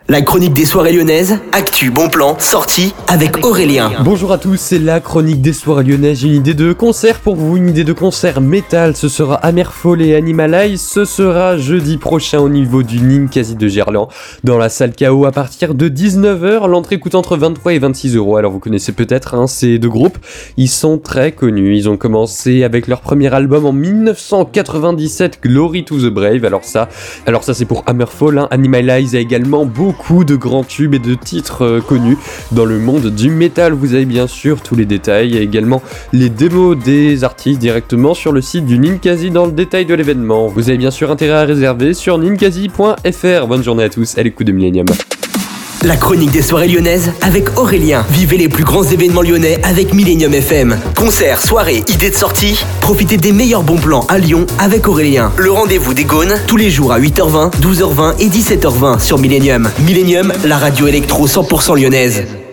La chronique des soirées lyonnaises, actu, bon plan, sortie avec Aurélien. Bonjour à tous, c'est la chronique des soirées lyonnaises. J'ai une idée de concert pour vous, une idée de concert métal. Ce sera Hammerfall et Animalize. Ce sera jeudi prochain au niveau du Ninkasi de Gerland, dans la salle KO à partir de 19h. L'entrée coûte entre 23 et 26 €. Alors vous connaissez peut-être ces deux groupes, ils sont très connus. Ils ont commencé avec leur premier album en 1997, Glory to the Brave. Alors ça c'est pour Hammerfall. Animalize a également beaucoup de grands tubes et de titres connus dans le monde du métal. Vous avez bien sûr tous les détails et également les démos des artistes directement sur le site du Ninkasi dans le détail de l'événement. Vous avez bien sûr intérêt à réserver sur ninkasi.fr. Bonne journée à tous, à l'écoute de Millennium. La chronique des soirées lyonnaises avec Aurélien. Vivez les plus grands événements lyonnais avec Millennium FM. Concerts, soirées, idées de sortie. Profitez des meilleurs bons plans à Lyon avec Aurélien. Le rendez-vous des Gaunes, tous les jours à 8h20, 12h20 et 17h20 sur Millennium. Millennium, la radio électro 100% lyonnaise.